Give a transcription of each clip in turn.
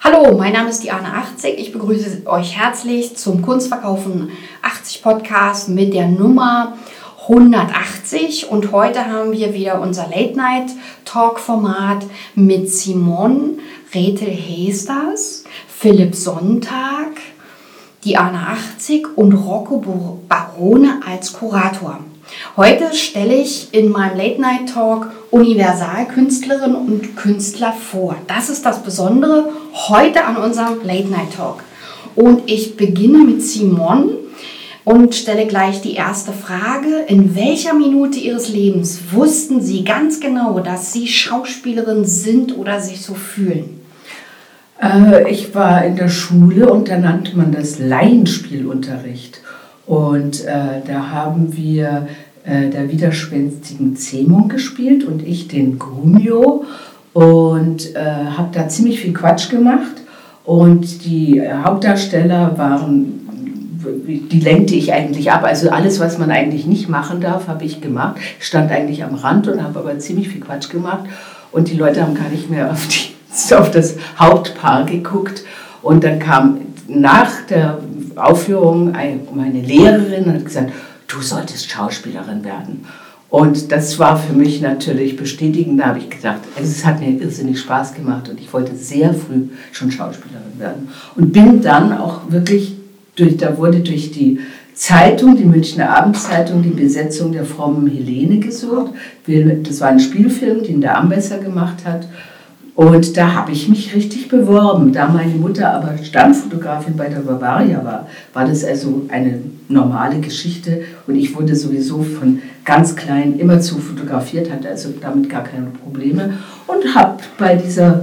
Hallo, mein Name ist Diana 80. Ich begrüße euch herzlich zum Kunstverkaufen 80 Podcast mit der Nummer 180. Und heute haben wir wieder unser Late-Night-Talk-Format mit Simon Rethel-Hesters, Philipp Sonntag, Diana 80 und Rocco Barone als Kurator. Heute stelle ich in meinem Late-Night-Talk Universalkünstlerinnen und Künstler vor. Das ist das Besondere heute an unserem Late-Night-Talk. Und ich beginne mit Simon und stelle gleich die erste Frage. In welcher Minute Ihres Lebens wussten Sie ganz genau, dass Sie Schauspielerin sind oder sich so fühlen? Ich war in der Schule und da nannte man das Laienspielunterricht. Und da haben wir der widerspenstigen Zähmung gespielt und ich den Grumio und habe da ziemlich viel Quatsch gemacht. Und die Hauptdarsteller waren, die lenkte ich eigentlich ab. Also alles, was man eigentlich nicht machen darf, habe ich gemacht. Ich stand eigentlich am Rand und habe aber ziemlich viel Quatsch gemacht. Und die Leute haben gar nicht mehr auf das Hauptpaar geguckt. Und dann kam nach der Aufführung meine Lehrerin und hat gesagt, du solltest Schauspielerin werden. Und das war für mich natürlich bestätigend. Da habe ich gedacht, es hat mir irrsinnig Spaß gemacht und ich wollte sehr früh schon Schauspielerin werden. Und bin dann auch wirklich, da wurde durch die Zeitung, die Münchner Abendzeitung, die Besetzung der frommen Helene gesucht. Das war ein Spielfilm, den der Ambesser gemacht hat. Und da habe ich mich richtig beworben. Da meine Mutter aber Standfotografin bei der Bavaria war das also eine normale Geschichte. Und ich wurde sowieso von ganz klein immer zu fotografiert, hatte also damit gar keine Probleme. Und habe bei dieser,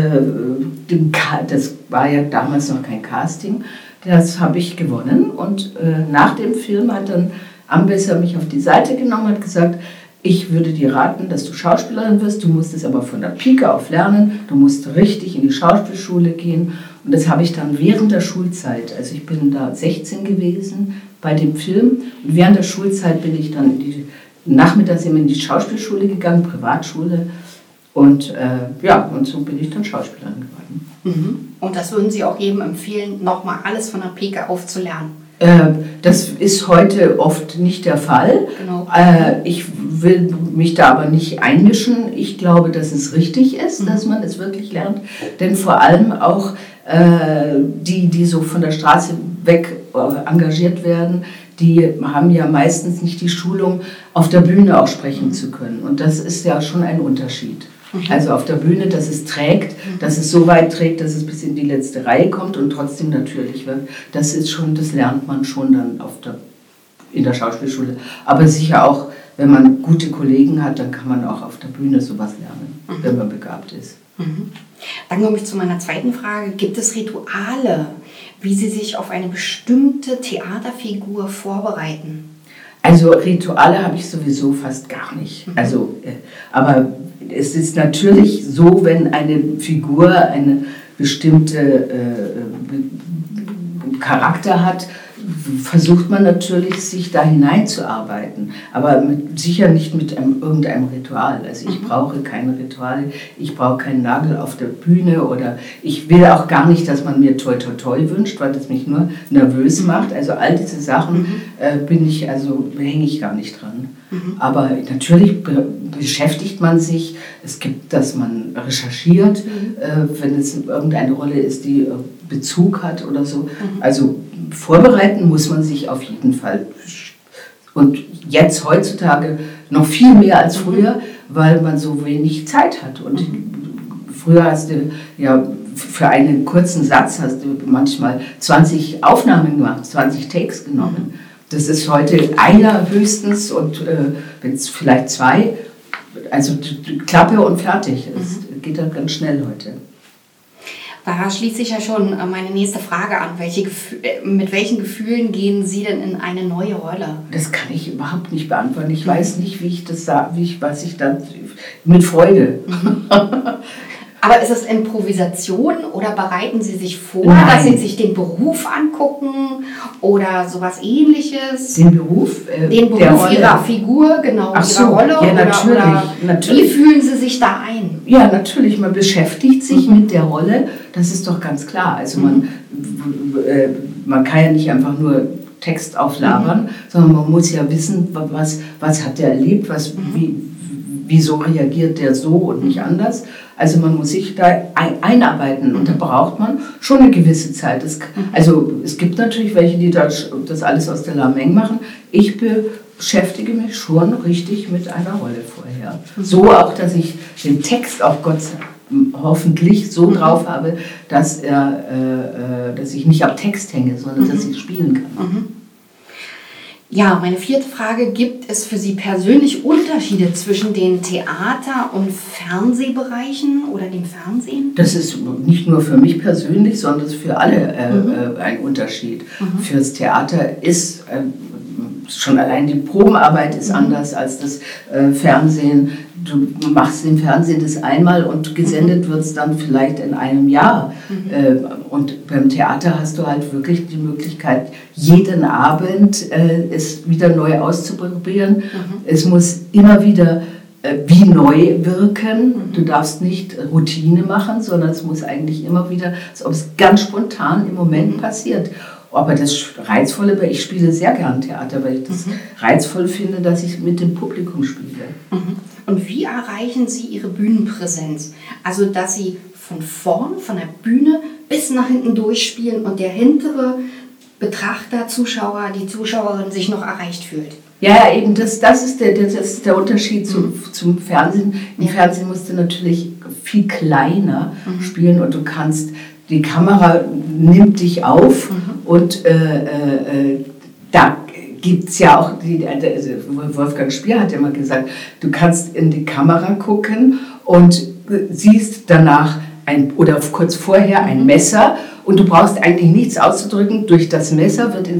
das war ja damals noch kein Casting, das habe ich gewonnen. Und nach dem Film hat dann Ambesser mich auf die Seite genommen und hat gesagt, ich würde dir raten, dass du Schauspielerin wirst, du musst es aber von der Pike auf lernen, du musst richtig in die Schauspielschule gehen. Und das habe ich dann während der Schulzeit, also ich bin da 16 gewesen bei dem Film, und während der Schulzeit bin ich dann nachmittags immer in die Schauspielschule gegangen, Privatschule, und und so bin ich dann Schauspielerin geworden. Mhm. Und das würden Sie auch jedem empfehlen, nochmal alles von der Pike auf zu lernen? Das ist heute oft nicht der Fall. Genau. Ich will mich da aber nicht einmischen. Ich glaube, dass es richtig ist, dass man es wirklich lernt. Denn vor allem auch die so von der Straße weg engagiert werden, die haben ja meistens nicht die Schulung, auf der Bühne auch sprechen zu können. Und das ist ja schon ein Unterschied. Also auf der Bühne, dass es trägt, dass es so weit trägt, dass es bis in die letzte Reihe kommt und trotzdem natürlich wird. Das lernt man schon dann in der Schauspielschule. Aber sicher auch, wenn man gute Kollegen hat, dann kann man auch auf der Bühne sowas lernen, wenn man begabt ist. Dann komme ich zu meiner zweiten Frage. Gibt es Rituale, wie Sie sich auf eine bestimmte Theaterfigur vorbereiten? Also Rituale habe ich sowieso fast gar nicht. Aber es ist natürlich so, wenn eine Figur eine bestimmte Charakter hat, versucht man natürlich, sich da hineinzuarbeiten. Aber sicher nicht mit irgendeinem Ritual. Also ich brauche keine Rituale, ich brauche keinen Nagel auf der Bühne oder ich will auch gar nicht, dass man mir toi toi toi wünscht, weil das mich nur nervös macht. Also all diese Sachen hänge ich gar nicht dran. Aber natürlich beschäftigt man sich. Es gibt, dass man recherchiert, wenn es irgendeine Rolle ist, die Bezug hat oder so. Also vorbereiten muss man sich auf jeden Fall. Und jetzt heutzutage noch viel mehr als früher, weil man so wenig Zeit hat. Und früher hast du ja für einen kurzen Satz hast du manchmal 20 Aufnahmen gemacht, 20 Takes genommen. Das ist heute einer höchstens und wenn es vielleicht zwei, also Klappe und fertig. Es geht dann ganz schnell heute. Da schließt sich ja schon meine nächste Frage an. Mit welchen Gefühlen gehen Sie denn in eine neue Rolle? Das kann ich überhaupt nicht beantworten. Ich weiß nicht, wie ich das sage, was ich dann mit Freude. Aber ist es Improvisation oder bereiten Sie sich vor, Nein. dass Sie sich den Beruf angucken oder sowas Ähnliches? Den Beruf? Den Beruf Ihrer Figur, genau, Ach so, Ihrer Rolle? ja, natürlich. Wie fühlen Sie sich da ein? Ja, natürlich. Man beschäftigt sich mit der Rolle. Das ist doch ganz klar. Also man kann ja nicht einfach nur Text auflabern, sondern man muss ja wissen, was hat der erlebt, wieso reagiert der so und nicht anders. Also man muss sich da einarbeiten und da braucht man schon eine gewisse Zeit. Also es gibt natürlich welche, die das alles aus der Lameng machen. Ich beschäftige mich schon richtig mit einer Rolle vorher. So auch, dass ich den Text auch hoffentlich so drauf habe, dass ich nicht am Text hänge, sondern dass ich spielen kann. Ja, meine vierte Frage: Gibt es für Sie persönlich Unterschiede zwischen den Theater- und Fernsehbereichen oder dem Fernsehen? Das ist nicht nur für mich persönlich, sondern für alle ein Unterschied. Fürs Theater ist schon allein die Probenarbeit ist anders als das Fernsehen. Du machst im Fernsehen das einmal und gesendet wird es dann vielleicht in einem Jahr. Und beim Theater hast du halt wirklich die Möglichkeit, jeden Abend es wieder neu auszuprobieren. Es muss immer wieder wie neu wirken. Du darfst nicht Routine machen, sondern es muss eigentlich immer wieder, als ob es ganz spontan im Moment passiert. Aber das Reizvolle, weil ich spiele sehr gern Theater, weil ich das reizvoll finde, dass ich mit dem Publikum spiele. Und wie erreichen Sie Ihre Bühnenpräsenz? Also, dass Sie von vorn, von der Bühne bis nach hinten durchspielen und der hintere Betrachter, Zuschauer, die Zuschauerin sich noch erreicht fühlt. Ja, eben das ist der Unterschied zum Fernsehen. Im Fernsehen musst du natürlich viel kleiner spielen und du kannst, die Kamera nimmt dich auf und da gibt es ja auch, Wolfgang Spier hat ja mal gesagt, du kannst in die Kamera gucken und siehst danach oder kurz vorher ein Messer und du brauchst eigentlich nichts auszudrücken. Durch das Messer wird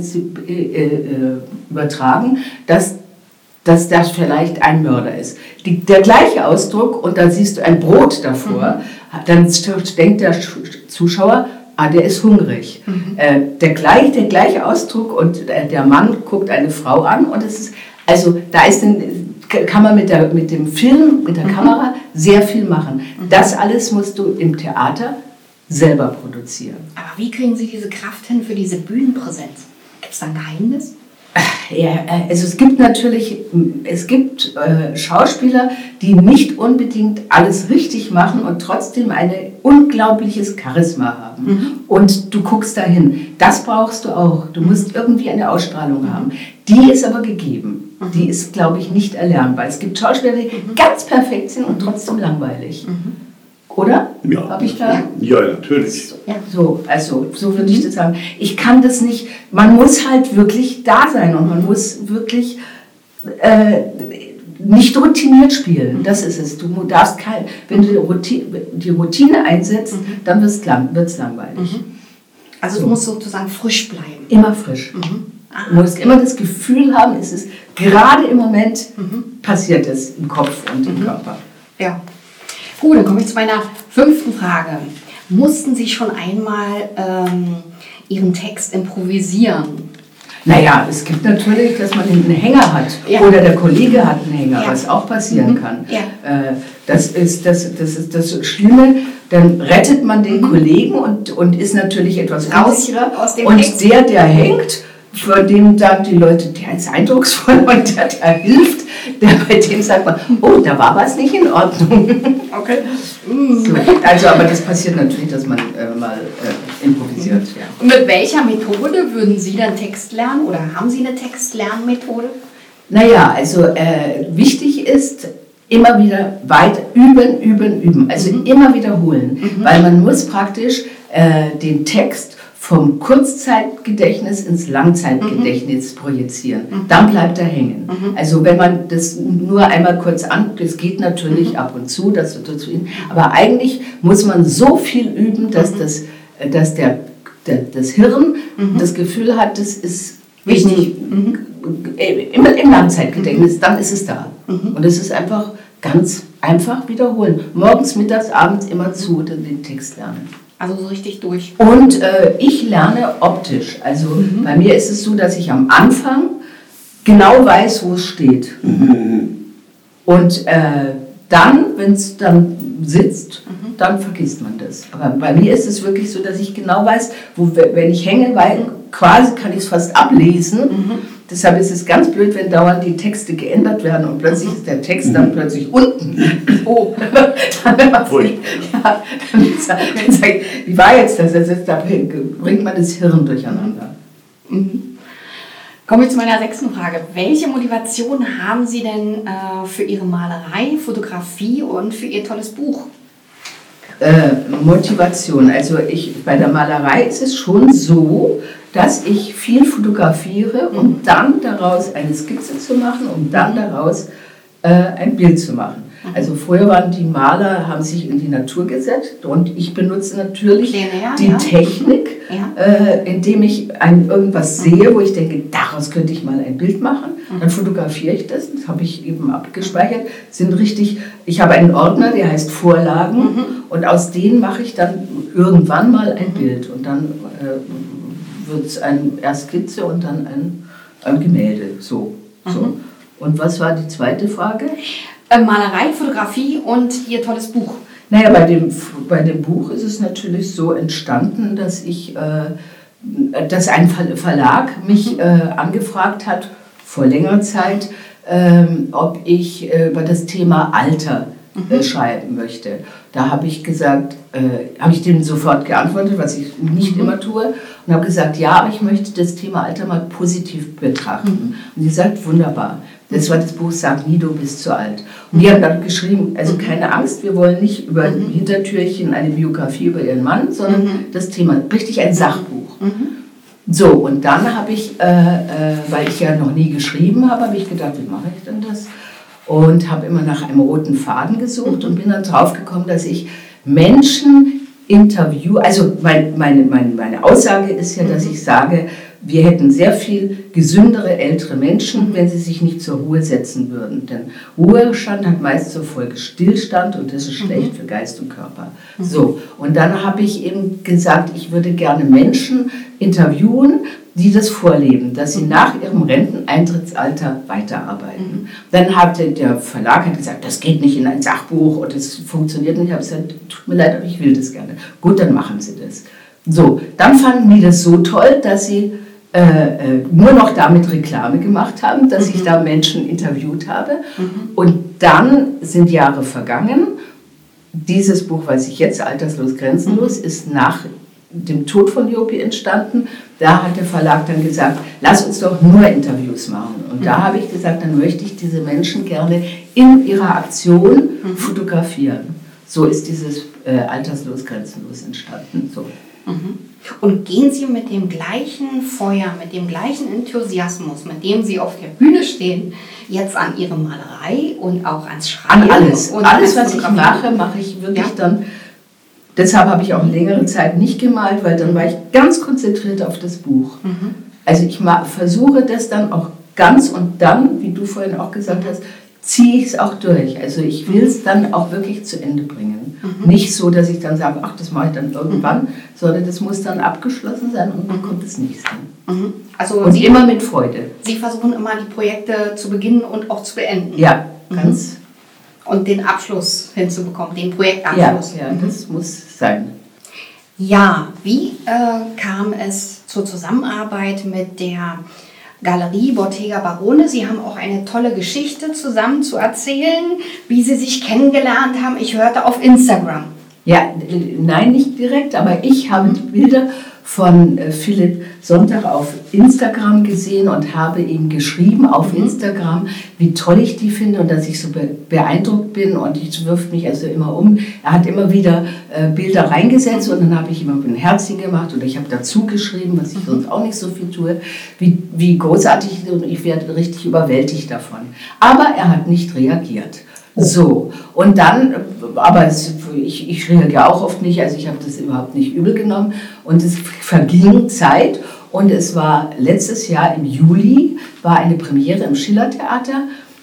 übertragen, dass das vielleicht ein Mörder ist. Der gleiche Ausdruck und dann siehst du ein Brot davor, dann denkt der Zuschauer, der ist hungrig. Der gleiche Ausdruck und der Mann guckt eine Frau an und es ist, also da kann man mit dem Film, mit der Kamera sehr viel machen. Das alles musst du im Theater selber produzieren. Aber wie kriegen Sie diese Kraft hin für diese Bühnenpräsenz? Gibt es da ein Geheimnis? Ja, also es gibt Schauspieler, die nicht unbedingt alles richtig machen und trotzdem ein unglaubliches Charisma haben. Und du guckst dahin. Das brauchst du auch. Du musst irgendwie eine Ausstrahlung haben. Die ist aber gegeben. Die ist, glaube ich, nicht erlernbar. Es gibt Schauspieler, die ganz perfekt sind und trotzdem langweilig. Oder? Ja. Hab ich da? Ja, natürlich. Ja, so würde ich das sagen. Ich kann das nicht, man muss halt wirklich da sein und man muss wirklich nicht routiniert spielen. Das ist es. Du darfst wenn du die Routine einsetzt, dann wird es langweilig. Also es muss sozusagen frisch bleiben. Immer frisch. Du musst immer das Gefühl haben, es ist gerade im Moment passiert es im Kopf und im Körper. Ja. Gut, dann komme ich zu meiner 5. Frage. Mussten Sie schon einmal Ihren Text improvisieren? Naja, es gibt natürlich, dass man einen Hänger hat oder der Kollege hat einen Hänger, was auch passieren kann. Ja. Das ist das Schlimme. Dann rettet man den Kollegen und ist natürlich etwas unsicherer. Und Text. Der hängt, vor dem sagen die Leute, der ist eindrucksvoll und der hilft. Bei dem sagt man, oh, da war was nicht in Ordnung. Okay. So, also, aber das passiert natürlich, dass man mal improvisiert. Ja. Und mit welcher Methode würden Sie dann Text lernen oder haben Sie eine Textlernmethode? Naja, also wichtig ist, immer wieder üben. Also immer wiederholen. Weil man muss praktisch den Text vom Kurzzeitgedächtnis ins Langzeitgedächtnis projizieren. Dann bleibt er hängen. Also wenn man das nur einmal kurz das geht natürlich ab und zu, aber eigentlich muss man so viel üben, dass das Hirn das Gefühl hat, das ist wichtig. Im Langzeitgedächtnis, dann ist es da. Und es ist einfach ganz einfach wiederholen. Morgens, mittags, abends immer zu oder den Text lernen. Also so richtig durch. Und ich lerne optisch. Also bei mir ist es so, dass ich am Anfang genau weiß, wo es steht. Und dann, wenn es dann sitzt, dann vergisst man das. Aber bei mir ist es wirklich so, dass ich genau weiß, wenn ich hänge, weil quasi kann ich es fast ablesen. Deshalb ist es ganz blöd, wenn dauernd die Texte geändert werden und plötzlich ist der Text dann plötzlich unten. Oh, dann sage ich, wie war jetzt das? Da bringt man das Hirn durcheinander. Kommen wir zu meiner 6. Frage. Welche Motivation haben Sie denn für Ihre Malerei, Fotografie und für Ihr tolles Buch? Motivation. Also bei der Malerei ist es schon so, dass ich viel fotografiere, um dann daraus eine Skizze zu machen, um dann daraus ein Bild zu machen. Also früher waren die Maler, haben sich in die Natur gesetzt und ich benutze natürlich die Technik, indem ich irgendwas sehe, wo ich denke, daraus könnte ich mal ein Bild machen. Dann fotografiere ich das habe ich eben abgespeichert. Ich habe einen Ordner, der heißt Vorlagen und aus denen mache ich dann irgendwann mal ein Bild und dann wird es erst Skizze und dann ein Gemälde. So. Und was war die zweite Frage? Malerei, Fotografie und Ihr tolles Buch. Naja, bei dem Buch ist es natürlich so entstanden, dass ein Verlag mich angefragt hat, vor längerer Zeit, ob ich über das Thema Alter schreiben möchte. Da habe ich gesagt, habe ich denen sofort geantwortet, was ich nicht immer tue, und habe gesagt, ja, aber ich möchte das Thema Alter mal positiv betrachten. Und die sagt, wunderbar. Das war das Buch Sag nie, du bist zu alt. Und die haben dann geschrieben, also keine Angst, wir wollen nicht über Hintertürchen eine Biografie über ihren Mann, sondern das Thema, richtig ein Sachbuch. So, und dann habe ich, weil ich ja noch nie geschrieben habe ich gedacht, wie mache ich denn das? Und habe immer nach einem roten Faden gesucht und bin dann drauf gekommen, dass ich Menschen interviewe. Also meine Aussage ist ja, dass ich sage, wir hätten sehr viel gesündere ältere Menschen, wenn sie sich nicht zur Ruhe setzen würden. Denn Ruhestand hat meist zur Folge Stillstand und das ist schlecht für Geist und Körper. So, und dann habe ich eben gesagt, ich würde gerne Menschen interviewen, die das vorleben, dass sie nach ihrem Renteneintrittsalter weiterarbeiten. Dann hat der Verlag gesagt, das geht nicht in ein Sachbuch und das funktioniert nicht. Ich habe gesagt, tut mir leid, aber ich will das gerne. Gut, dann machen Sie das. So, dann fanden die das so toll, dass sie nur noch damit Reklame gemacht haben, dass ich da Menschen interviewt habe. Und dann sind Jahre vergangen. Dieses Buch, weiß ich jetzt, Alterslos, Grenzenlos, ist nach dem Tod von Jopi entstanden. Da hat der Verlag dann gesagt, lass uns doch nur Interviews machen. Und da habe ich gesagt, dann möchte ich diese Menschen gerne in ihrer Aktion fotografieren. So ist dieses Alterslos, Grenzenlos entstanden. So. Und gehen Sie mit dem gleichen Feuer, mit dem gleichen Enthusiasmus, mit dem Sie auf der Bühne stehen, jetzt an Ihre Malerei und auch ans Schreiben? An alles. Und alles, was ich mache ich wirklich dann. Deshalb habe ich auch längere Zeit nicht gemalt, weil dann war ich ganz konzentriert auf das Buch. Also ich versuche das dann auch ganz und dann, wie du vorhin auch gesagt hast, ziehe ich es auch durch. Also ich will es dann auch wirklich zu Ende bringen. Nicht so, dass ich dann sage, ach, das mache ich dann irgendwann, sondern das muss dann abgeschlossen sein und dann kommt das nächste. Also und immer mit Freude. Sie versuchen immer, die Projekte zu beginnen und auch zu beenden. Ja, ganz. Und den Abschluss hinzubekommen, den Projektabschluss. Ja, das muss sein. Ja, wie kam es zur Zusammenarbeit mit der Galerie Bottega Barone? Sie haben auch eine tolle Geschichte zusammen zu erzählen, wie Sie sich kennengelernt haben. Ich hörte auf Instagram. Ja, nein, nicht direkt, aber ich habe die Bilder von Philipp Sonntag auf Instagram gesehen und habe ihm geschrieben auf Instagram, wie toll ich die finde und dass ich so beeindruckt bin und ich wirft mich also immer um. Er hat immer wieder Bilder reingesetzt und dann habe ich immer ein Herzchen gemacht oder ich habe dazu geschrieben, was ich sonst auch nicht so viel tue, wie großartig und ich werde richtig überwältigt davon. Aber er hat nicht reagiert. So, und dann, aber ich reagiere auch oft nicht, also ich habe das überhaupt nicht übel genommen und es verging Zeit und es war letztes Jahr im Juli, war eine Premiere im Schillertheater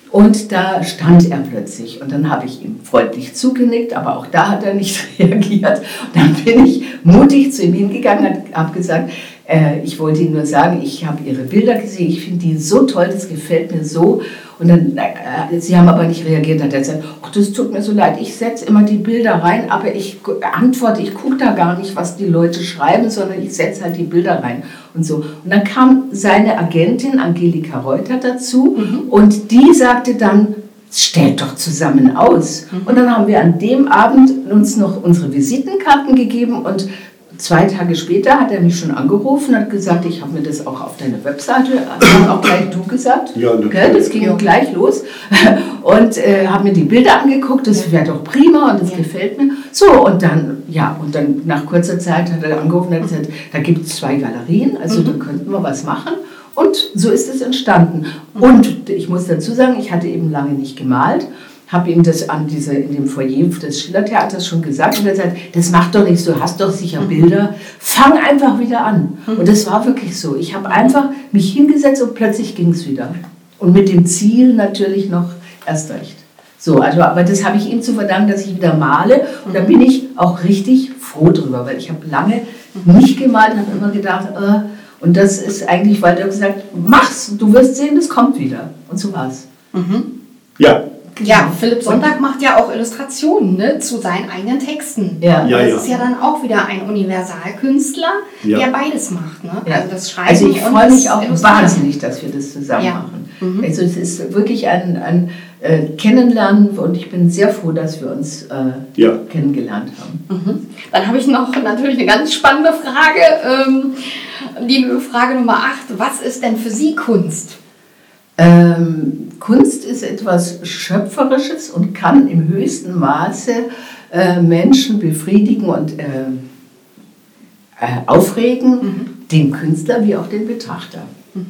Und da stand er plötzlich und dann habe ich ihm freundlich zugenickt, aber auch da hat er nicht reagiert. Und dann bin ich mutig zu ihm hingegangen und habe gesagt, ich wollte Ihnen nur sagen, ich habe Ihre Bilder gesehen, ich finde die so toll, das gefällt mir so. Und dann, Sie haben aber nicht reagiert, hat er gesagt, ach, das tut mir so leid, ich setze immer die Bilder rein, aber ich antworte, ich gucke da gar nicht, was die Leute schreiben, sondern ich setze halt die Bilder rein und so. Und dann kam seine Agentin Angelika Reuter dazu und die sagte dann, stellt doch zusammen aus. Und dann haben wir an dem Abend uns noch unsere Visitenkarten gegeben und 2 Tage später hat er mich schon angerufen und hat gesagt, ich habe mir das auch auf deine Webseite, hast auch gleich du gesagt, ja, das ging gleich los und habe mir die Bilder angeguckt, das wäre doch prima und das gefällt mir. So und dann nach kurzer Zeit hat er angerufen und hat gesagt, da gibt es 2 Galerien, also da könnten wir was machen. Und so ist es entstanden. Und ich muss dazu sagen, ich hatte eben lange nicht gemalt, habe ihm das in dem Foyer des Schillertheaters schon gesagt und er hat gesagt, das macht doch nichts, du hast doch sicher Bilder, fang einfach wieder an. Und das war wirklich so. Ich habe einfach mich hingesetzt und plötzlich ging es wieder. Und mit dem Ziel natürlich noch erst recht. So, also, aber das habe ich ihm zu verdanken, dass ich wieder male und da bin ich auch richtig froh drüber, weil ich habe lange nicht gemalt und habe immer gedacht, und das ist eigentlich, weil er gesagt, mach's, du wirst sehen, es kommt wieder. Und so war's. Ja. Ja, Philipp Sonntag macht ja auch Illustrationen, ne, zu seinen eigenen Texten. Ja. Das ist ja dann auch wieder ein Universalkünstler, der beides macht. Ne? Ja. Also das Schreiben also ich freue mich auch Illustrieren. wahnsinnig, dass wir das zusammen machen. Also es ist wirklich ein Kennenlernen und ich bin sehr froh, dass wir uns kennengelernt haben. Dann habe ich noch natürlich eine ganz spannende Frage. Die Frage Nummer 8. Was ist denn für Sie Kunst? Kunst ist etwas Schöpferisches und kann im höchsten Maße Menschen befriedigen und aufregen, den Künstler wie auch den Betrachter.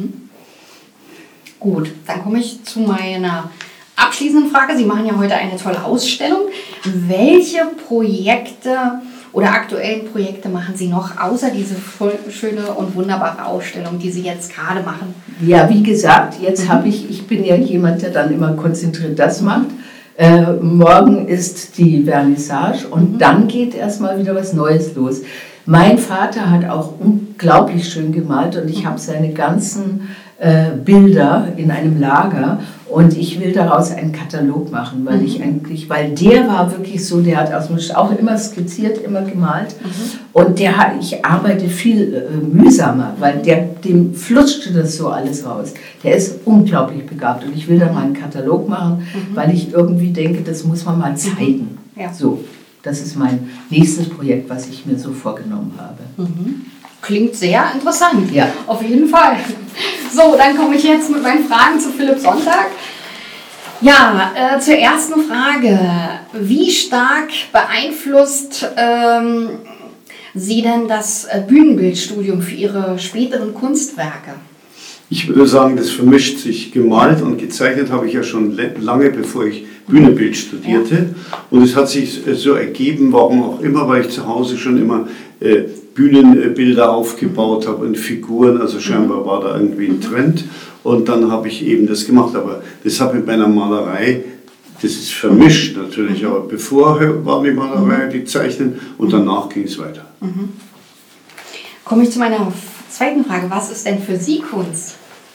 Gut, dann komme ich zu meiner abschließenden Frage. Sie machen ja heute eine tolle Ausstellung. Welche Projekte oder aktuellen Projekte machen Sie noch, außer diese schöne und wunderbare Ausstellung, die Sie jetzt gerade machen? Ja, wie gesagt, jetzt ich bin ja jemand, der dann immer konzentriert das macht. Morgen ist die Vernissage und dann geht erstmal wieder was Neues los. Mein Vater hat auch unglaublich schön gemalt und ich habe seine ganzen Bilder in einem Lager und ich will daraus einen Katalog machen, weil weil der war wirklich so, der hat auch immer skizziert, immer gemalt und ich arbeite viel mühsamer, weil dem flutschte das so alles raus. Der ist unglaublich begabt und ich will da mal einen Katalog machen, weil ich irgendwie denke, das muss man mal zeigen. Ja. So, das ist mein nächstes Projekt, was ich mir so vorgenommen habe. Klingt sehr interessant. Ja. Auf jeden Fall. So, dann komme ich jetzt mit meinen Fragen zu Philipp Sonntag. Ja, zur ersten Frage. Wie stark beeinflusst Sie denn das Bühnenbildstudium für Ihre späteren Kunstwerke? Ich würde sagen, das vermischt sich. Gemalt und gezeichnet habe ich ja schon lange, bevor ich Bühnenbild studierte. Ja. Und es hat sich so ergeben, warum auch immer, weil ich zu Hause schon immer Bühnenbilder aufgebaut habe und Figuren, also scheinbar war da irgendwie ein Trend. Und dann habe ich eben das gemacht. Aber das habe ich bei einer Malerei, das ist vermischt natürlich. Aber bevor war die Malerei, die Zeichnen und danach ging es weiter. Komme ich zu meiner zweiten Frage. Was ist denn für Sie Kunst?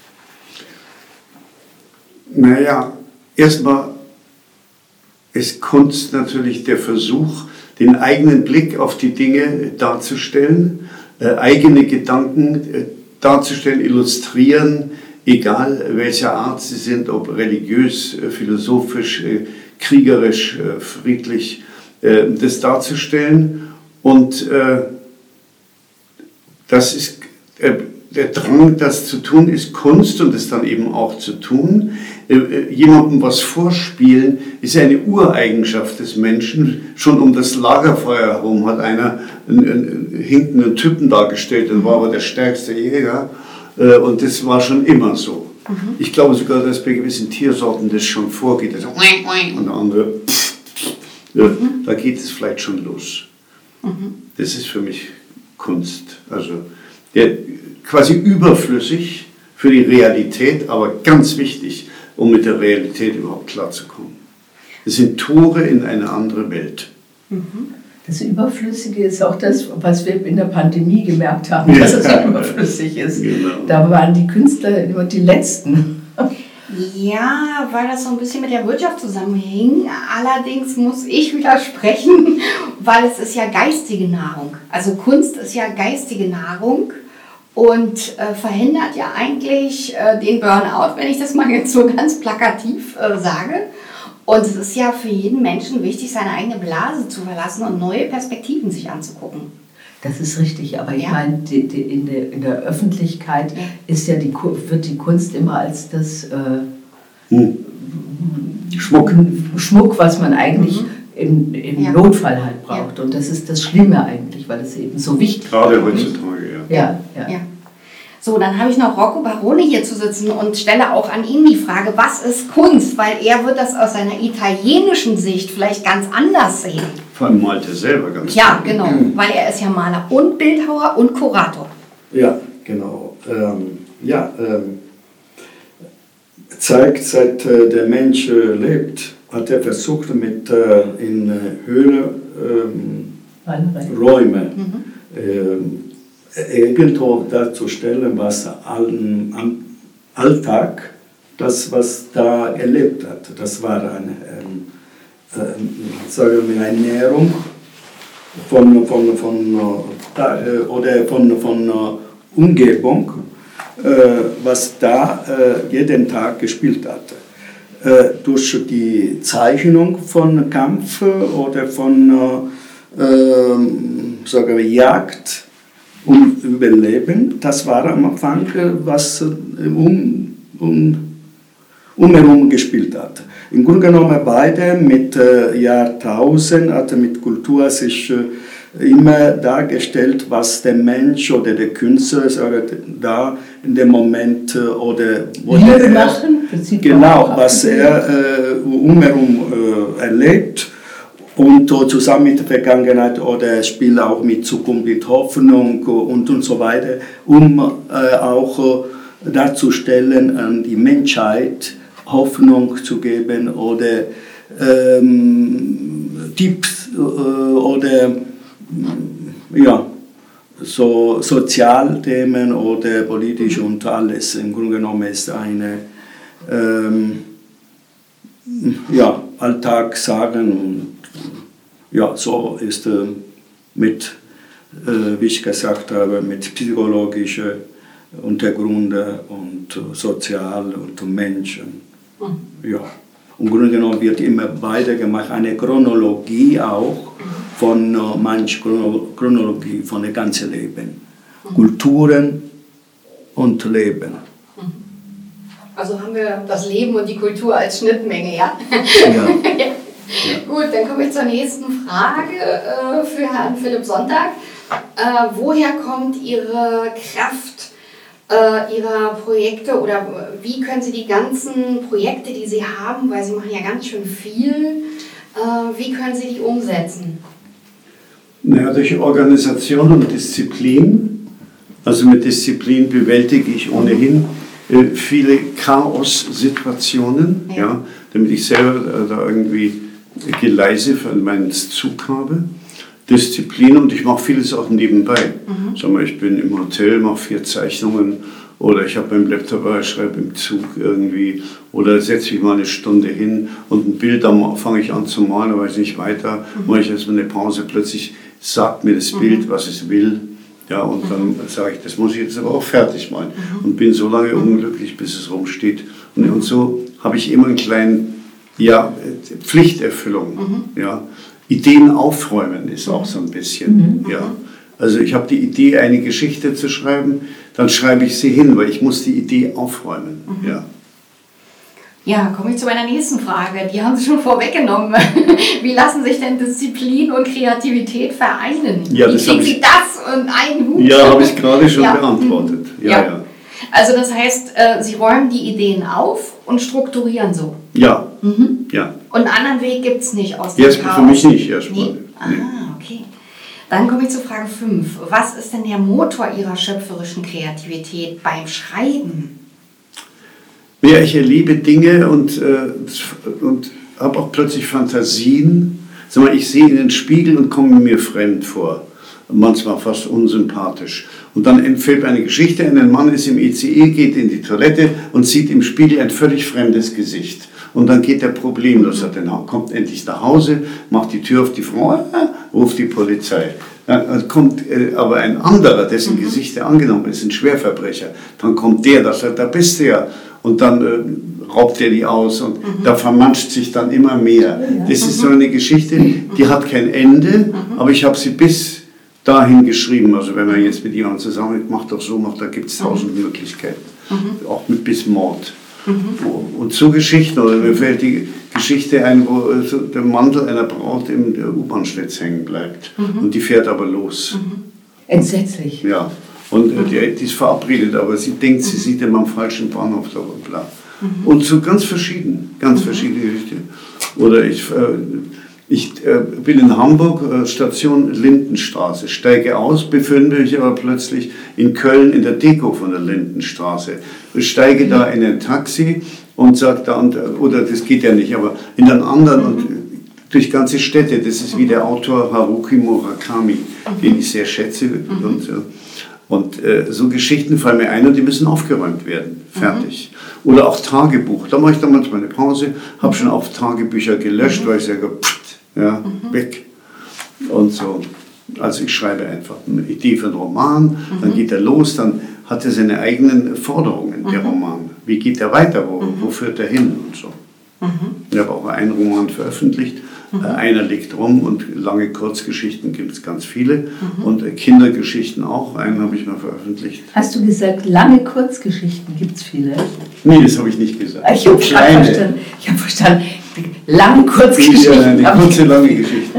Naja, erstmal ist Kunst natürlich der Versuch, den eigenen Blick auf die Dinge darzustellen, eigene Gedanken darzustellen, illustrieren, egal welcher Art sie sind, ob religiös, philosophisch, kriegerisch, friedlich, das darzustellen. Und das ist der Drang, das zu tun, ist Kunst und es dann eben auch zu tun. Jemandem was vorspielen, ist eine Ureigenschaft des Menschen. Schon um das Lagerfeuer herum hat einer einen hinkenden Typen dargestellt, dann war aber der stärkste Jäger. Und das war schon immer so. Ich glaube sogar, dass bei gewissen Tiersorten das schon vorgeht. Also und der andere, da geht es vielleicht schon los. Das ist für mich Kunst. Also quasi überflüssig für die Realität, aber ganz wichtig, um mit der Realität überhaupt klarzukommen. Es sind Tore in eine andere Welt. Das Überflüssige ist auch das, was wir in der Pandemie gemerkt haben, dass es überflüssig ist. Genau. Da waren die Künstler immer die Letzten. Ja, weil das so ein bisschen mit der Wirtschaft zusammenhing. Allerdings muss ich widersprechen, weil es ist ja geistige Nahrung. Also Kunst ist ja geistige Nahrung und verhindert ja eigentlich den Burnout, wenn ich das mal jetzt so ganz plakativ sage. Und es ist ja für jeden Menschen wichtig, seine eigene Blase zu verlassen und neue Perspektiven sich anzugucken. Das ist richtig, aber ich meine, in der Öffentlichkeit ist ja wird die Kunst immer als das Schmuck, was man eigentlich im Notfall halt braucht. Und das ist das Schlimme eigentlich, weil es eben so wichtig ist. Gerade heutzutage, ja. So, dann habe ich noch Rocco Barone hier zu sitzen und stelle auch an ihn die Frage, was ist Kunst? Weil er wird das aus seiner italienischen Sicht vielleicht ganz anders sehen. Vor allem malt er selber ganz Ja, genau, weil er ist ja Maler und Bildhauer und Kurator. Ja, genau. Zeigt, seit der Mensch lebt, hat er versucht, in höhere Räume irgendwo darzustellen, was am Alltag, das, was da erlebt hat. Das war eine Ernährung von Umgebung, was da jeden Tag gespielt hat. Durch die Zeichnung von Kampf oder von Jagd und Überleben, das war am Anfang, was umherum gespielt hat. Im Grunde genommen beide mit Jahrtausend hat mit Kultur sich immer dargestellt, was der Mensch oder der Künstler da in dem Moment oder was er umherum erlebt. Und zusammen mit der Vergangenheit oder spielt auch mit Zukunft, mit Hoffnung und so weiter, um auch darzustellen, an die Menschheit Hoffnung zu geben oder Tipps oder so Sozialthemen oder politisch und alles. Im Grunde genommen ist eine Alltag sagen und so ist mit, wie ich gesagt habe, mit psychologischen Untergründen und sozial und Menschen. Ja. Im Grunde genommen wird immer weitergemacht, eine Chronologie auch von Chronologie von dem ganzen Leben. Kulturen und Leben. Also haben wir das Leben und die Kultur als Schnittmenge, ja? Ja. Gut, dann komme ich zur nächsten Frage für Herrn Philipp Sonntag. Woher kommt Ihre Kraft Ihrer Projekte oder wie können Sie die ganzen Projekte, die Sie haben, weil Sie machen ja ganz schön viel, wie können Sie die umsetzen? Naja, durch Organisation und Disziplin. Also mit Disziplin bewältige ich ohnehin viele Chaos-Situationen, damit ich selber da irgendwie Geleise für meinen Zug habe. Disziplin und ich mache vieles auch nebenbei. Sag mal, ich bin im Hotel, mache 4 Zeichnungen oder ich habe meinen Laptop, schreibe im Zug irgendwie oder setze mich mal eine Stunde hin und ein Bild, dann fange ich an zu malen, aber ich nicht weiter, mache ich erstmal eine Pause, plötzlich sagt mir das Bild, was es will. Ja, und dann sage ich, das muss ich jetzt aber auch fertig malen und bin so lange unglücklich, bis es rumsteht. Und so habe ich immer einen kleinen, Pflichterfüllung. Ja. Ideen aufräumen ist auch so ein bisschen. Ja. Also ich habe die Idee, eine Geschichte zu schreiben, dann schreibe ich sie hin, weil ich muss die Idee aufräumen. Ja, komme ich zu meiner nächsten Frage. Die haben Sie schon vorweggenommen. Wie lassen sich denn Disziplin und Kreativität vereinen? Ja, wie kriegen Sie das und einen Hut? Ja, habe ich gerade schon beantwortet. Ja. Also das heißt, Sie räumen die Ideen auf und strukturieren so? Ja. Ja. Und einen anderen Weg gibt es nicht aus dem Jetzt Chaos? für mich nicht erstmal. Nee? Okay. Dann komme ich zu Frage 5. Was ist denn der Motor Ihrer schöpferischen Kreativität beim Schreiben? Ja, ich erlebe Dinge und habe auch plötzlich Fantasien. Sag mal, ich sehe in den Spiegel und komme mir fremd vor. Manchmal fast unsympathisch. Und dann fällt mir eine Geschichte ein, ein Mann ist im ICE, geht in die Toilette und sieht im Spiegel ein völlig fremdes Gesicht. Und dann geht er problemlos, kommt endlich nach Hause, macht die Tür auf, die Frau, ruft die Polizei. Dann kommt aber ein anderer, dessen Gesicht er angenommen ist, ein Schwerverbrecher. Dann kommt der, sagt, da bist du ja. Und dann raubt er die aus und da vermanscht sich dann immer mehr. Das ist so eine Geschichte, die hat kein Ende, aber ich habe sie bis dahin geschrieben. Also wenn man jetzt mit jemandem zusammen macht doch so, da gibt es 1000 Möglichkeiten. Auch mit bis Mord. Und so Geschichten, oder mir fällt die Geschichte ein, wo der Mantel einer Braut im U-Bahn-Schlitz hängen bleibt. Und die fährt aber los. Entsetzlich. Ja. Und die ist verabredet, aber sie denkt, sie sieht ihn am falschen Bahnhof da und bla. Und so ganz verschiedene Geschichten. Oder ich bin in Hamburg, Station Lindenstraße, steige aus, befinde mich aber plötzlich in Köln in der Deko von der Lindenstraße. Ich steige da in ein Taxi und sage da, oder das geht ja nicht, aber in einen anderen und durch ganze Städte, das ist wie der Autor Haruki Murakami, den ich sehr schätze. Und so Geschichten fallen mir ein und die müssen aufgeräumt werden. Fertig. Oder auch Tagebuch. Da mache ich dann manchmal eine Pause, habe schon auch Tagebücher gelöscht, weil ich sage, weg. Und so. Also ich schreibe einfach eine Idee für einen Roman, dann geht er los, dann hat er seine eigenen Forderungen, der Roman. Wie geht er weiter, wo führt er hin und so. Ich habe auch einen Roman veröffentlicht, einer liegt rum und lange Kurzgeschichten gibt es ganz viele und Kindergeschichten auch, einen habe ich mal veröffentlicht. Hast du gesagt, lange Kurzgeschichten gibt es viele? Nee, das habe ich nicht gesagt. Ich habe verstanden, lange Kurzgeschichten. Ja, die kurze, lange Geschichten.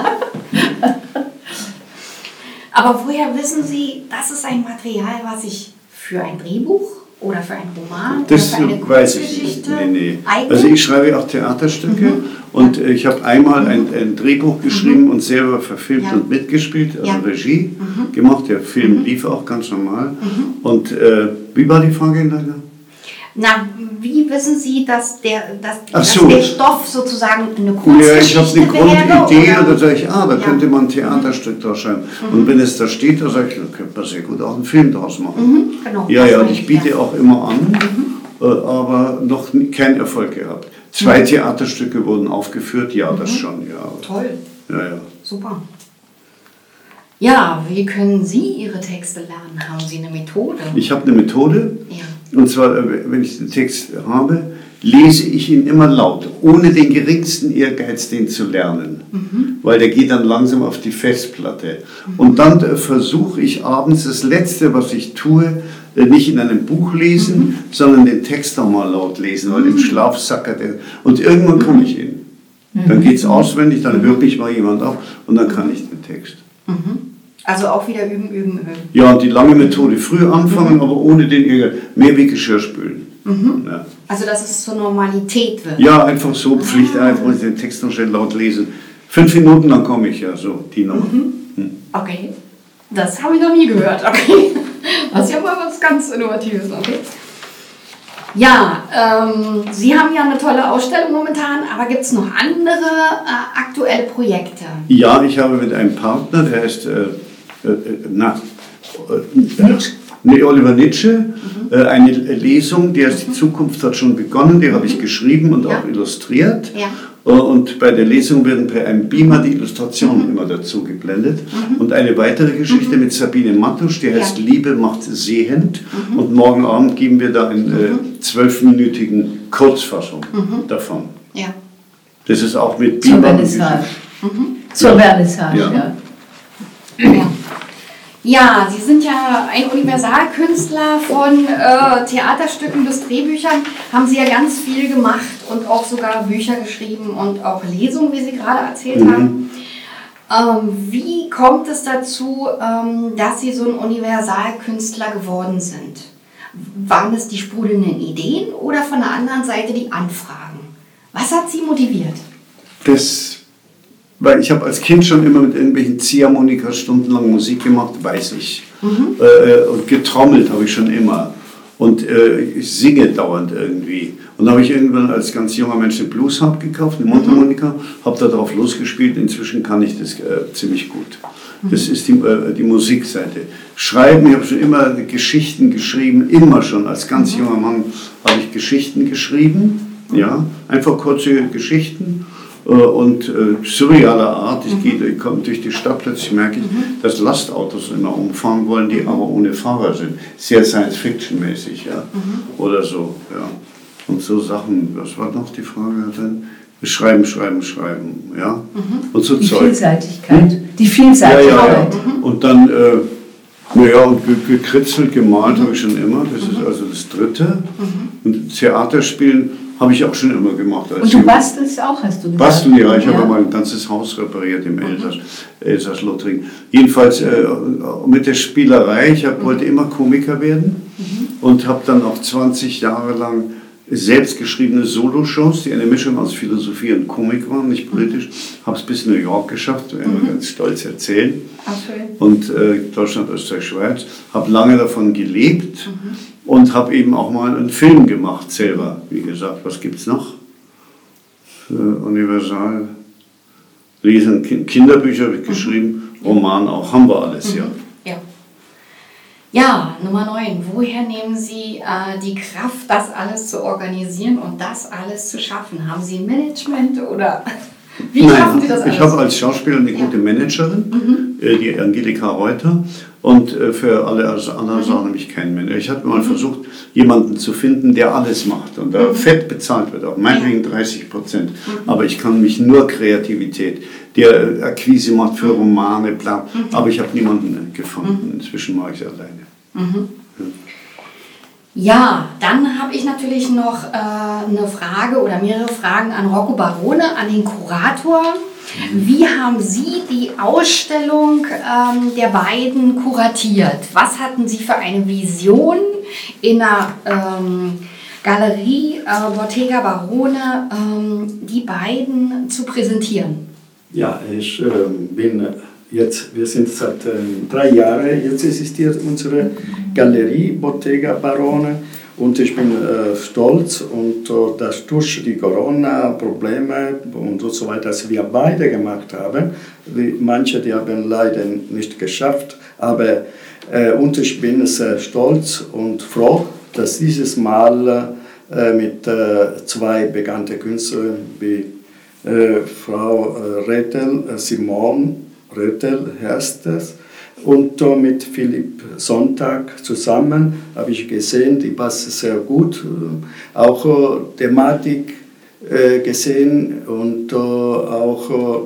Aber woher wissen Sie, das ist ein Material, was ich für ein Drehbuch oder für einen Roman das oder für eine weiß ich nicht. Nee. eignet? Also ich schreibe auch Theaterstücke und ich habe einmal ein Drehbuch geschrieben und selber verfilmt und mitgespielt, also Regie gemacht. Der Film lief auch ganz normal. Und wie war die Frage in deiner? Na, wie wissen Sie, dass der so. Stoff sozusagen eine Kurzgeschichte Ja, ich habe eine Grundidee wäre, und dann sage ich, da könnte man ein Theaterstück draus schreiben. Und wenn es da steht, dann sage ich, da könnte man sehr gut auch einen Film draus machen. Genau, Ja, und ich biete auch immer an, aber noch keinen Erfolg gehabt. 2 Theaterstücke wurden aufgeführt, das schon, ja. Toll. Ja. Super. Ja, wie können Sie Ihre Texte lernen? Haben Sie eine Methode? Ich habe eine Methode. Ja. Und zwar, wenn ich den Text habe, lese ich ihn immer laut, ohne den geringsten Ehrgeiz, den zu lernen. Weil der geht dann langsam auf die Festplatte. Und dann versuche ich abends das Letzte, was ich tue, nicht in einem Buch lesen, sondern den Text nochmal laut lesen, weil im Schlaf sackert er. Und irgendwann kann ich ihn. Dann geht es auswendig, dann hört mich mal jemand auf und dann kann ich den Text. Also auch wieder üben. Ja, und die lange Methode, früh anfangen, aber ohne den Ehrgeiz. Mehr wie Geschirr spülen. Ja. Also dass es zur Normalität wird. Ja, einfach so, Pflicht, einfach den Text noch schnell laut lesen. 5 Minuten, dann komme ich ja, so, die Nummer. Okay, das habe ich noch nie gehört, okay. Das ist ja mal was ganz Innovatives, okay. Ja, Sie haben ja eine tolle Ausstellung momentan, aber gibt es noch andere aktuelle Projekte? Ja, ich habe mit einem Partner, der heißt Oliver Nitsche, eine Lesung, die heißt Die Zukunft hat schon begonnen, die habe ich geschrieben und auch illustriert. Ja. Und bei der Lesung werden per einem Beamer die Illustrationen immer dazu geblendet. Und eine weitere Geschichte mit Sabine Mattusch, die heißt Liebe macht sehend. Und morgen Abend geben wir da eine 12-minütigen Kurzfassung davon. Ja. Das ist auch mit Zur Beamer. Vernissage. Zur Vernissage, ja. Ja, Sie sind ja ein Universalkünstler von Theaterstücken bis Drehbüchern. Haben Sie ja ganz viel gemacht und auch sogar Bücher geschrieben und auch Lesungen, wie Sie gerade erzählt haben. Wie kommt es dazu, dass Sie so ein Universalkünstler geworden sind? Waren es die sprudelnden Ideen oder von der anderen Seite die Anfragen? Was hat Sie motiviert? Weil ich habe als Kind schon immer mit irgendwelchen Ziehharmonika stundenlang Musik gemacht, weiß ich. Und getrommelt habe ich schon immer. Und ich singe dauernd irgendwie. Und dann habe ich irgendwann als ganz junger Mensch eine Bluesharp gekauft, eine Mundharmonika, habe da drauf losgespielt. Inzwischen kann ich das ziemlich gut. Das ist die Musikseite. Schreiben, ich habe schon immer Geschichten geschrieben, immer schon. Als ganz junger Mann habe ich Geschichten geschrieben. Ja, einfach kurze Geschichten. Und surrealer Art. Ich komme durch die Stadt, plötzlich merke ich, dass Lastautos immer umfahren wollen, die aber ohne Fahrer sind. Sehr Science-Fiction-mäßig, ja. Oder so, ja. Und so Sachen, was war noch die Frage dann? Schreiben, ja. Und so die Zeug. Vielseitigkeit. Die Vielseitigkeit. Ja. Und dann, und gekritzelt, gemalt habe ich schon immer. Das ist also das Dritte. Und Theaterspielen habe ich auch schon immer gemacht. Und du bastelst auch, hast du gesagt? Basteln, ja. Ich habe mal ein ganzes Haus repariert im Elsass-Lothringen. Jedenfalls mit der Spielerei. Ich wollte immer Komiker werden und habe dann auch 20 Jahre lang selbst geschriebene Soloshows, die eine Mischung aus Philosophie und Komik waren, nicht politisch. Habe es bis New York geschafft, werden wir ganz stolz erzählen. Und Deutschland, Österreich, Schweiz. Habe lange davon gelebt. Und habe eben auch mal einen Film gemacht, selber. Wie gesagt, was gibt es noch? Universal. Lesen, Kinderbücher habe ich geschrieben, Roman auch, haben wir alles, ja. Ja, Nummer 9. Woher nehmen Sie die Kraft, das alles zu organisieren und das alles zu schaffen? Haben Sie ein Management oder wie schaffen Sie das alles? Ich habe als Schauspieler eine gute Managerin, die Angelika Reuter. Und für alle anderen Sachen nämlich kein Manager. Ich hatte mal versucht, jemanden zu finden, der alles macht und da fett bezahlt wird, auch meinetwegen 30%. Aber ich kann mich nur Kreativität, der Akquise macht für Romane, bla. Aber ich habe niemanden gefunden. Inzwischen mache ich es alleine. Ja, dann habe ich natürlich noch eine Frage oder mehrere Fragen an Rocco Barone, an den Kurator. Wie haben Sie die Ausstellung der beiden kuratiert? Was hatten Sie für eine Vision in der Galerie Bottega Barone, die beiden zu präsentieren? Ja, ich bin jetzt, wir sind seit 3 Jahren, jetzt existiert unsere Galerie Bottega Barone. Und ich bin stolz und dass durch die Corona-Probleme und so weiter, dass wir beide gemacht haben, manche die haben leider nicht geschafft, aber und ich bin sehr stolz und froh, dass dieses Mal mit 2 bekannten Künstlern wie Frau Rethel, Simone Rethel heißt es, und mit Philipp Sonntag zusammen habe ich gesehen, die passen sehr gut, auch Thematik gesehen und auch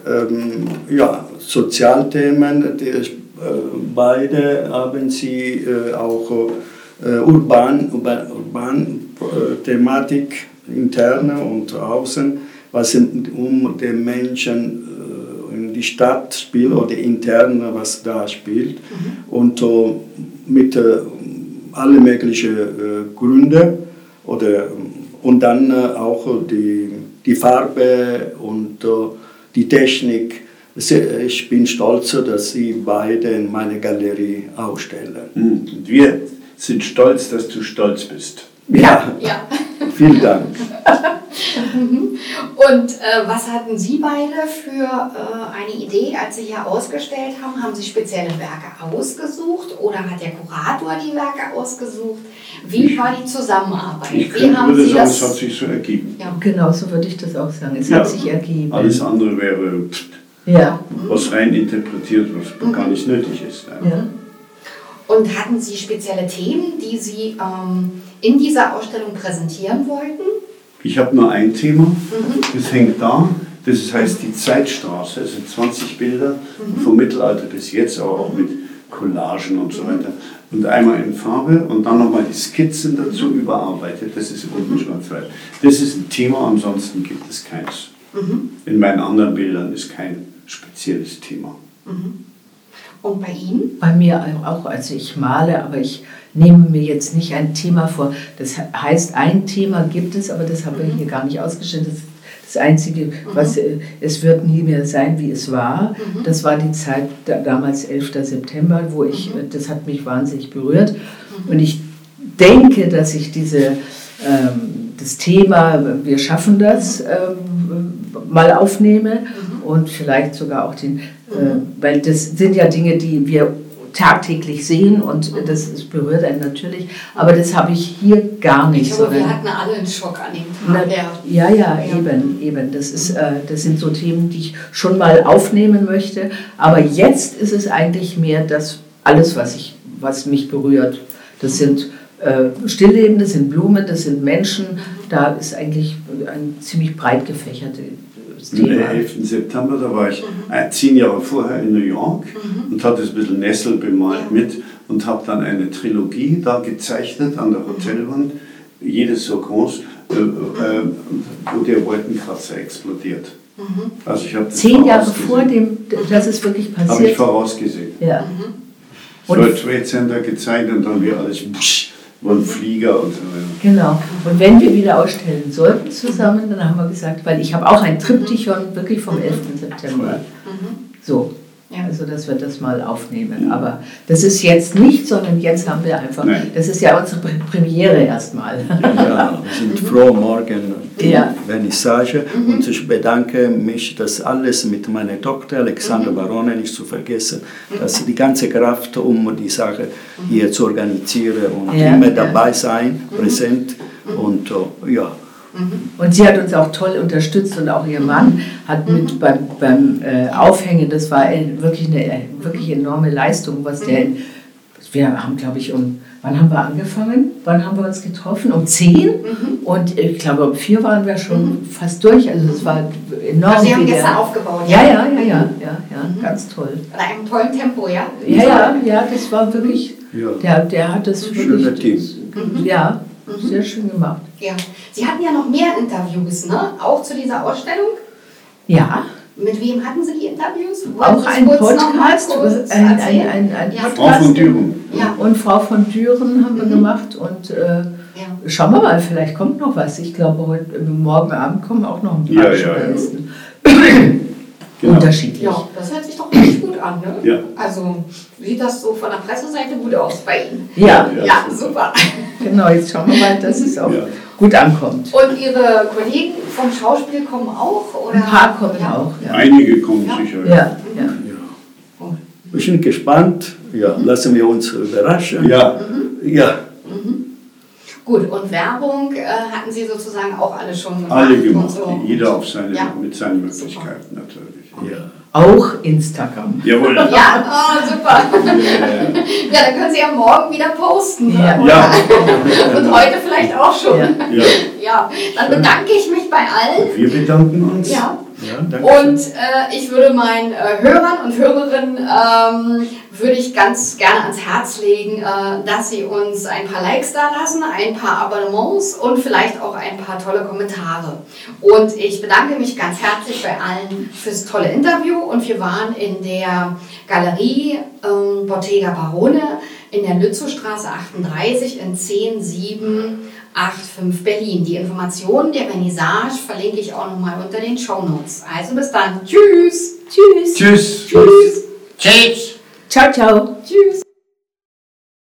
Sozialthemen. Beide haben sie auch urban Thematik, interne und außen, was um den Menschen in die Stadt spielt oder intern, was da spielt. Und mit alle möglichen Gründe und dann auch die Farbe und die Technik. Ich bin stolz, dass Sie beide in meiner Galerie ausstellen. Und wir sind stolz, dass du stolz bist. Ja. Vielen Dank. Und was hatten Sie beide für eine Idee, als Sie hier ausgestellt haben? Haben Sie spezielle Werke ausgesucht oder hat der Kurator die Werke ausgesucht? Wie war die Zusammenarbeit? Würde sagen, es hat sich so ergeben. Ja. Genau, so würde ich das auch sagen. Es hat sich ergeben. Alles andere wäre was rein interpretiert, was gar nicht nötig ist. Ja. Und hatten Sie spezielle Themen, die Sie in dieser Ausstellung präsentieren wollten? Ich habe nur ein Thema, das hängt da, das heißt die Zeitstraße. Es sind 20 Bilder vom Mittelalter bis jetzt, aber auch mit Collagen und so weiter. Und einmal in Farbe und dann nochmal die Skizzen dazu überarbeitet. Das ist unten schwarz-weiß. Das ist ein Thema, ansonsten gibt es keins. In meinen anderen Bildern ist kein spezielles Thema. Und bei Ihnen? Bei mir auch, also ich male, aber ich nehme mir jetzt nicht ein Thema vor. Das heißt, ein Thema gibt es, aber das habe ich hier gar nicht ausgestellt. Das ist das Einzige, was es wird nie mehr sein, wie es war. Das war die Zeit, damals 11. September, wo das hat mich wahnsinnig berührt. Und ich denke, dass ich das Thema Wir schaffen das mal aufnehme und vielleicht sogar auch weil das sind ja Dinge, die wir tagtäglich sehen und das berührt einen natürlich, aber das habe ich hier gar nicht. Ich glaube, wir hatten alle einen Schock an dem Tag. Ja, eben. Das sind so Themen, die ich schon mal aufnehmen möchte, aber jetzt ist es eigentlich mehr alles, was mich berührt. Das sind Stilllebende, das sind Blumen, das sind Menschen, da ist eigentlich ein ziemlich breit gefächertes Thema. Am 11. September, da war ich 10 Jahre vorher in New York und hatte ein bisschen Nessel bemalt mit und habe dann eine Trilogie da gezeichnet an der Hotelwand, jedes so groß, wo der Wolkenkratzer explodiert. Also ich habe das 10 Jahre vor dem, dass es wirklich passiert. Habe ich vorausgesehen. Ja. World Trade Center gezeigt und dann wir alles und Flieger und so. Genau. Und wenn wir wieder ausstellen sollten zusammen, dann haben wir gesagt, weil ich habe auch ein Triptychon wirklich vom 11. September. So. Also, dass wir das mal aufnehmen. Aber das ist jetzt nicht, sondern jetzt haben wir einfach, das ist ja unsere Premiere erstmal. Ja, wir sind froh, morgen Vernissage. Und ich bedanke mich, dass alles mit meiner Tochter Alexandra Barone nicht zu vergessen, dass die ganze Kraft, um die Sache hier zu organisieren und immer dabei sein, präsent und ja. Und sie hat uns auch toll unterstützt und auch ihr Mann hat mit beim Aufhängen, das war wirklich eine wirklich enorme Leistung, wir haben, glaube ich, wann haben wir angefangen? Wann haben wir uns getroffen? Um 10? Und ich glaube, um 4 waren wir schon fast durch, also das war enorm. Also Sie haben gestern aufgebaut? Ja, ganz toll. In einem tollen Tempo, ja? Ja, das war wirklich, der hat das schöner wirklich, Team. Sehr schön gemacht. Ja. Sie hatten ja noch mehr Interviews, ne? Auch zu dieser Ausstellung? Ja. Mit wem hatten Sie die Interviews? Auch ein Podcast. Ein Podcast. Frau von Düren. Ja. Und Frau von Düren haben wir gemacht. Und schauen wir mal, vielleicht kommt noch was. Ich glaube, morgen Abend kommen auch noch ein paar Journalisten. Genau. Unterschiedlich. Ja, das hört sich doch richtig gut an, ne? Ja. Also sieht das so von der Presseseite gut aus bei Ihnen. Ja, super. Genau, jetzt schauen wir mal, dass es auch gut ankommt. Und Ihre Kollegen vom Schauspiel kommen auch? Oder? Ein paar kommen auch. Ja. Einige kommen sicher. Ja. Wir sind gespannt. Ja, lassen wir uns überraschen. Ja. Gut, und Werbung hatten Sie sozusagen auch alle schon gemacht? Alle gemacht, so. jeder auf mit seinen Möglichkeiten natürlich. Ja. Auch Instagram. Jawohl. Ja, super. Ja, dann können Sie ja morgen wieder posten. Ne? Ja. Und heute vielleicht auch schon. Ja. Dann bedanke ich mich bei allen. Wir bedanken uns. Ja. Danke. Und ich würde meinen Hörern und Hörerinnen würde ich ganz gerne ans Herz legen, dass sie uns ein paar Likes da lassen, ein paar Abonnements und vielleicht auch ein paar tolle Kommentare. Und ich bedanke mich ganz herzlich bei allen fürs tolle Interview und wir waren in der Galerie Bottega Barone in der Lützowstraße 38 in 10785 Berlin. Die Informationen der Vernissage verlinke ich auch nochmal unter den Shownotes. Also bis dann. Tschüss. Tschüss. Tschüss. Tschüss. Ciao, ciao. Tschüss.